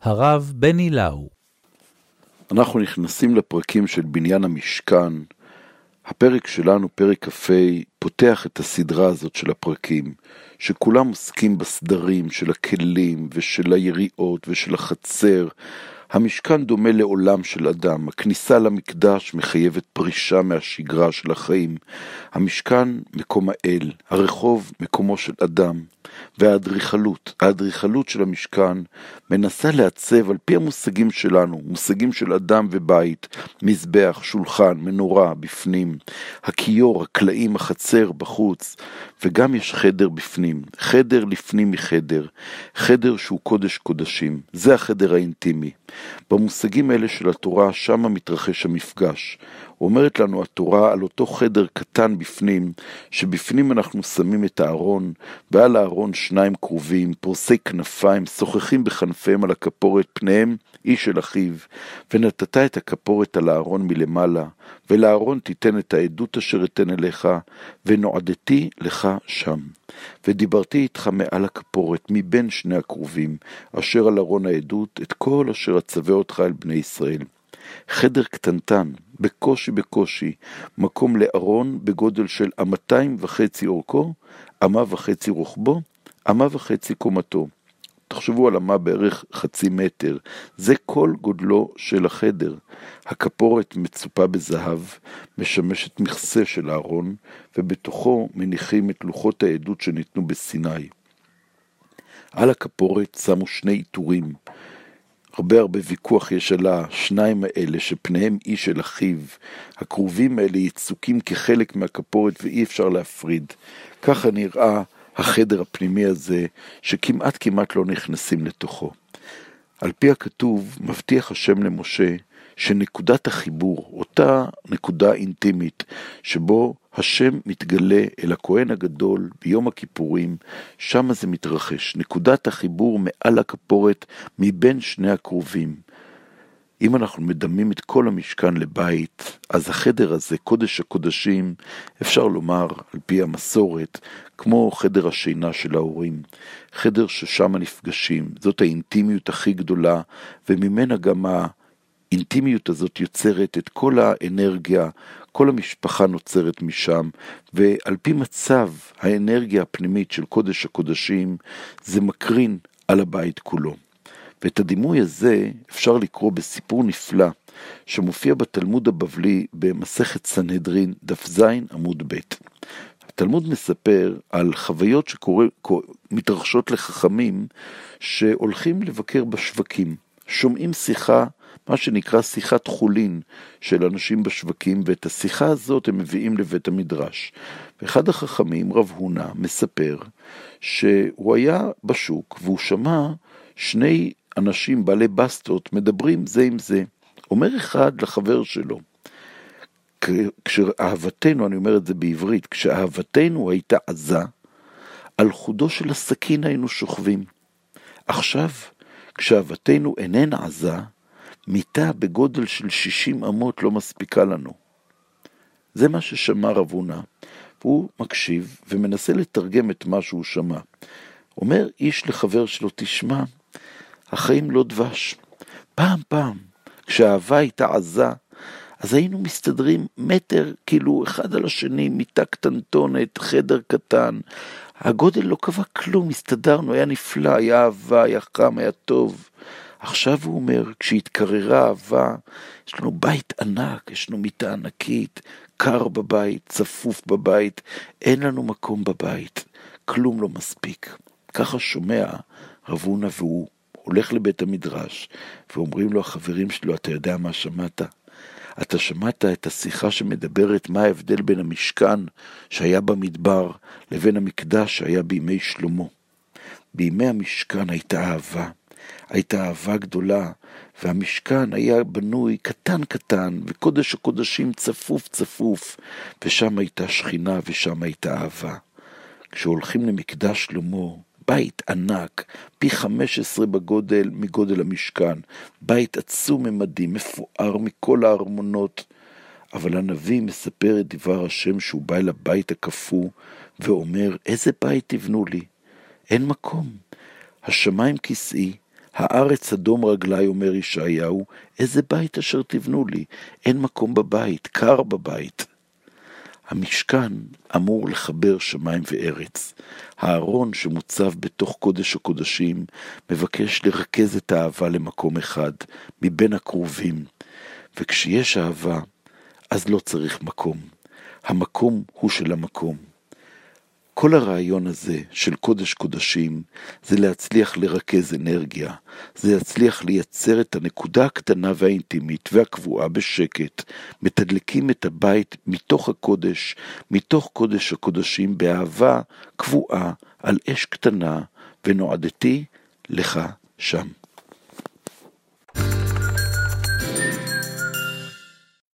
הרב בני לאו. אנחנו נכנסים לפרקים של בניין המשכן. הפרק שלנו, פרק כ"ה, פותח את הסדרה הזאת של הפרקים, שכולם עוסקים בסדרים של הכלים ושל היריעות ושל החצר. המשכן דומה לעולם של אדם, הכניסה למקדש מחייבת פרישה מהשגרה של החיים. המשכן מקום האל, הרחוב מקומו של אדם, האדריכלות של המשכן מנסה לעצב על פי המושגים שלנו, מושגים של אדם ובית, מזבח, שולחן, מנורה בפנים, הכיור, הקלעים, החצר בחוץ, וגם יש חדר בפנים, חדר לפנים מחדר, חדר שהוא קודש קודשים, זה החדר האינטימי. במושגים האלה של התורה, שמה מתרחש המפגש. אומרת לנו התורה על אותו חדר קטן בפנים, שבפנים אנחנו שמים את הארון, ועל הארון שניים קרובים, פורסי כנפיים, שוחחים בכנפיהם על הכפורת, פניהם איש אל אחיו, ונתת את הכפורת על הארון מלמעלה, ולארון תיתן את העדות אשר אתן אליך, ונועדתי לך שם. ודיברתי איתך מעל הכפורת, מבין שני הקרובים, אשר על ארון העדות, את כל אשר אצווה אותך אל בני ישראל. חדר קטנטן, בקושי, מקום לארון בגודל של 2.5 אורכו, 1.5 רוחבו, 1.5 קומתו. תחשבו על אמה בערך 0.5 מטר, זה כל גודלו של החדר. הכפורת מצופה בזהב, משמשת מכסה של הארון, ובתוכו מניחים את לוחות העדות שניתנו בסיני. על הכפורת שמו 2 עיטורים, הרבה ויכוח יש על השניים האלה שפניהם איש אל אחיו. הקרובים האלה יצוקים כחלק מהכפורת ואי אפשר להפריד. ככה נראה החדר הפנימי הזה שכמעט לא נכנסים לתוכו. על פי הכתוב מבטיח השם למשה שנקודת החיבור, אותה נקודה אינטימית שבו השם מתגלה אל הכהן הגדול ביום הכיפורים, שם זה מתרחש, נקודת החיבור מעל הכפורת מבין שני הקרובים. אם אנחנו מדמים את כל המשכן לבית, אז החדר הזה, קודש הקודשים, אפשר לומר על פי המסורת, כמו חדר השינה של ההורים, חדר ששם נפגשים, זאת האינטימיות הכי גדולה, וממנה גם האינטימיות הזאת יוצרת את כל האנרגיה, כל המשפחה נוצרת משם, ועל פי מצב האנרגיה הפנימית של קודש הקודשים, זה מקרין על הבית כולו. ואת הדימוי הזה אפשר לקרוא בסיפור נפלא, שמופיע בתלמוד הבבלי במסכת סנהדרין, דף ז עמוד ב'. התלמוד מספר על חוויות שמתרחשות לחכמים, שהולכים לבקר בשווקים, שומעים שיחה, מה שנקרא שיחת חולין של אנשים בשווקים, ואת השיחה הזאת הם מביאים לבית המדרש. ואחד החכמים, רב הונא, מספר שהוא היה בשוק, והוא שמע 2 אנשים בעלי בסטות מדברים זה עם זה. אומר אחד לחבר שלו, כשאהבתנו, אני אומר את זה בעברית, כשאהבתנו הייתה עזה, על חודו של הסכין היינו שוכבים. עכשיו, כשאהבתנו איננה עזה, מיטה בגודל של 60 אמות לא מספיקה לנו. זה מה ששמע רב הונא, והוא מקשיב ומנסה לתרגם את מה שהוא שמע. אומר איש לחבר שלו, תשמע, החיים לא דבש. פעם, כשהאהבה הייתה עזה, אז היינו מסתדרים מטר, כאילו אחד על השני, מיטה קטנטונת, חדר קטן. הגודל לא קבע כלום, הסתדרנו, היה נפלא, היה אהבה, היה חם, היה טוב. עכשיו הוא אומר, כשהתקררה אהבה, יש לנו בית ענק, יש לנו מיטה ענקית, קר בבית, צפוף בבית, אין לנו מקום בבית, כלום לא מספיק. ככה שומע רב הונא, והוא הולך לבית המדרש, ואומרים לו החברים שלו, אתה יודע מה שמעת? אתה שמעת את השיחה שמדברת מה ההבדל בין המשכן שהיה במדבר לבין המקדש שהיה בימי שלמה. בימי המשכן הייתה אהבה, הייתה אהבה גדולה, והמשכן היה בנוי קטן, וקודש הקודשים צפוף, ושם הייתה שכינה ושם הייתה אהבה. כשהולכים למקדש שלמה, בית ענק, פי 15 בגודל מגודל המשכן, בית עצום ממדים, מפואר מכל הארמונות, אבל הנביא מספר את דבר השם שהוא בא אל הבית הקפוא, ואומר, איזה בית תבנו לי? אין מקום. השמיים כיסאי, הארץ אדום רגלי, אומר ישעיהו, איזה בית אשר תבנו לי? אין מקום בבית, קר בבית. המשכן אמור לחבר שמיים וארץ. הארון שמוצב בתוך קודש הקודשים מבקש לרכז את האהבה למקום אחד, מבין הקרובים. וכשיש אהבה, אז לא צריך מקום. המקום הוא של המקום. כל הרעיון הזה של קודש קודשים זה להצליח לרכז אנרגיה, זה להצליח לייצר את הנקודה הקטנה והאינטימית והקבועה בשקט, מתדלקים את הבית מתוך הקודש, מתוך קודש הקודשים באהבה קבועה על אש קטנה, ונועדתי לך שם.